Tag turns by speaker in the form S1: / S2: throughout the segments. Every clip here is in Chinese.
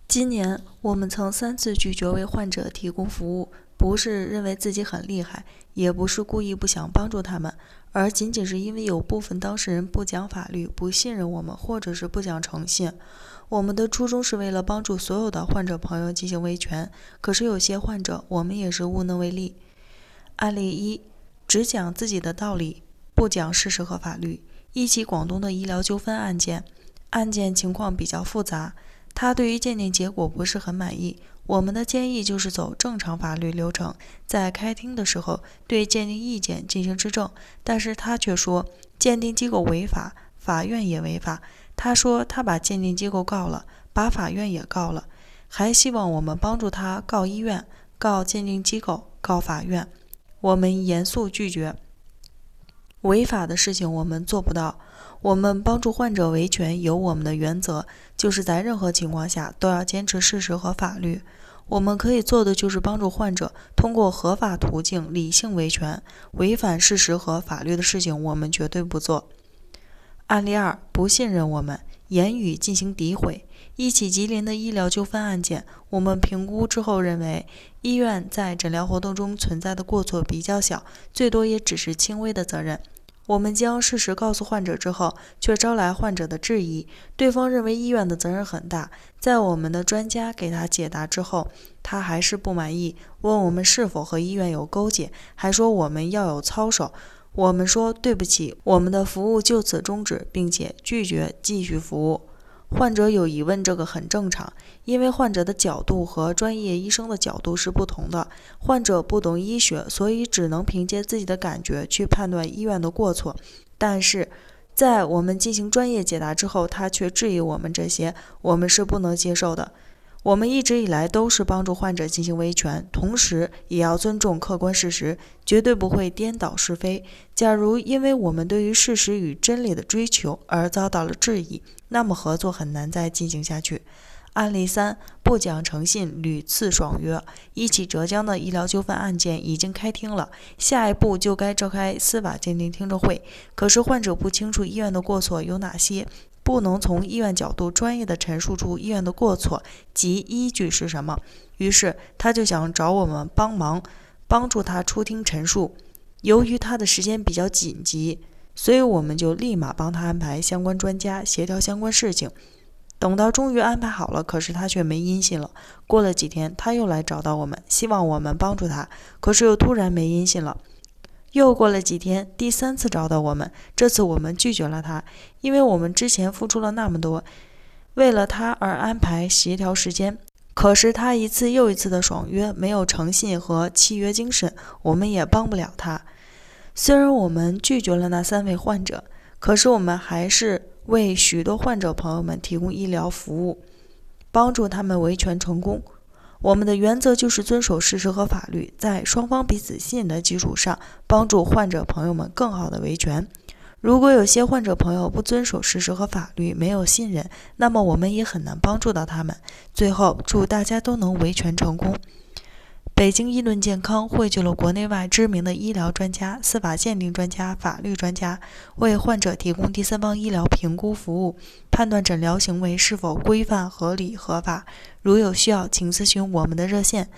S1: 今年我们曾3次拒绝为患者提供服务，不是认为自己很厉害，也不是故意不想帮助他们，而仅仅是因为有部分当事人不讲法律、不信任我们，或者是不讲诚信。我们的初衷是为了帮助所有的患者朋友进行维权，可是有些患者我们也是无能为力。案例1，只讲自己的道理，不讲事实和法律。一起广东的医疗纠纷案件，案件情况比较复杂，他对于鉴定结果不是很满意。我们的建议就是走正常法律流程，在开庭的时候对鉴定意见进行质证，但是他却说鉴定机构违法，法院也违法。他说他把鉴定机构告了，把法院也告了，还希望我们帮助他告医院、告鉴定机构、告法院。我们严肃拒绝，违法的事情我们做不到。我们帮助患者维权有我们的原则，就是在任何情况下都要坚持事实和法律。我们可以做的就是帮助患者通过合法途径理性维权，违反事实和法律的事情我们绝对不做。案例2，不信任我们，言语进行诋毁。一起吉林的医疗纠纷案件，我们评估之后认为，医院在诊疗活动中存在的过错比较小，最多也只是轻微的责任。我们将事实告诉患者之后，却招来患者的质疑，对方认为医院的责任很大。在我们的专家给他解答之后，他还是不满意，问我们是否和医院有勾结，还说我们要有操守。我们说对不起，我们的服务就此终止，并且拒绝继续服务。患者有疑问，这个很正常，因为患者的角度和专业医生的角度是不同的。患者不懂医学，所以只能凭借自己的感觉去判断医院的过错。但是在我们进行专业解答之后，他却质疑我们这些，我们是不能接受的。我们一直以来都是帮助患者进行维权，同时也要尊重客观事实，绝对不会颠倒是非。假如因为我们对于事实与真理的追求而遭到了质疑，那么合作很难再进行下去。案例3，不讲诚信，屡次爽约。一起浙江的医疗纠纷案件已经开庭了，下一步就该召开司法鉴定听证会。可是患者不清楚医院的过错有哪些，不能从医院角度专业地陈述出医院的过错及依据是什么，于是他就想找我们帮忙，帮助他出庭陈述。由于他的时间比较紧急，所以我们就立马帮他安排相关专家，协调相关事情。等到终于安排好了，可是他却没音信了。过了几天，他又来找到我们，希望我们帮助他，可是又突然没音信了。又过了几天，第3次找到我们，这次我们拒绝了他，因为我们之前付出了那么多，为了他而安排协调时间。可是他一次又一次的爽约，没有诚信和契约精神，我们也帮不了他。虽然我们拒绝了那3位患者，可是我们还是为许多患者朋友们提供医疗服务，帮助他们维权成功。我们的原则就是遵守事实和法律，在双方彼此信任的基础上，帮助患者朋友们更好的维权。如果有些患者朋友不遵守事实和法律，没有信任，那么我们也很难帮助到他们。最后，祝大家都能维权成功。北京医论健康汇聚了国内外知名的医疗专家、司法鉴定专家、法律专家，为患者提供第三方医疗评估服务，判断诊疗行为是否规范、合理、合法。如有需要，请咨询我们的热线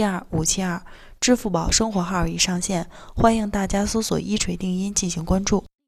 S1: 400-0672-572，支付宝生活号已上线，欢迎大家搜索“一锤定音”进行关注。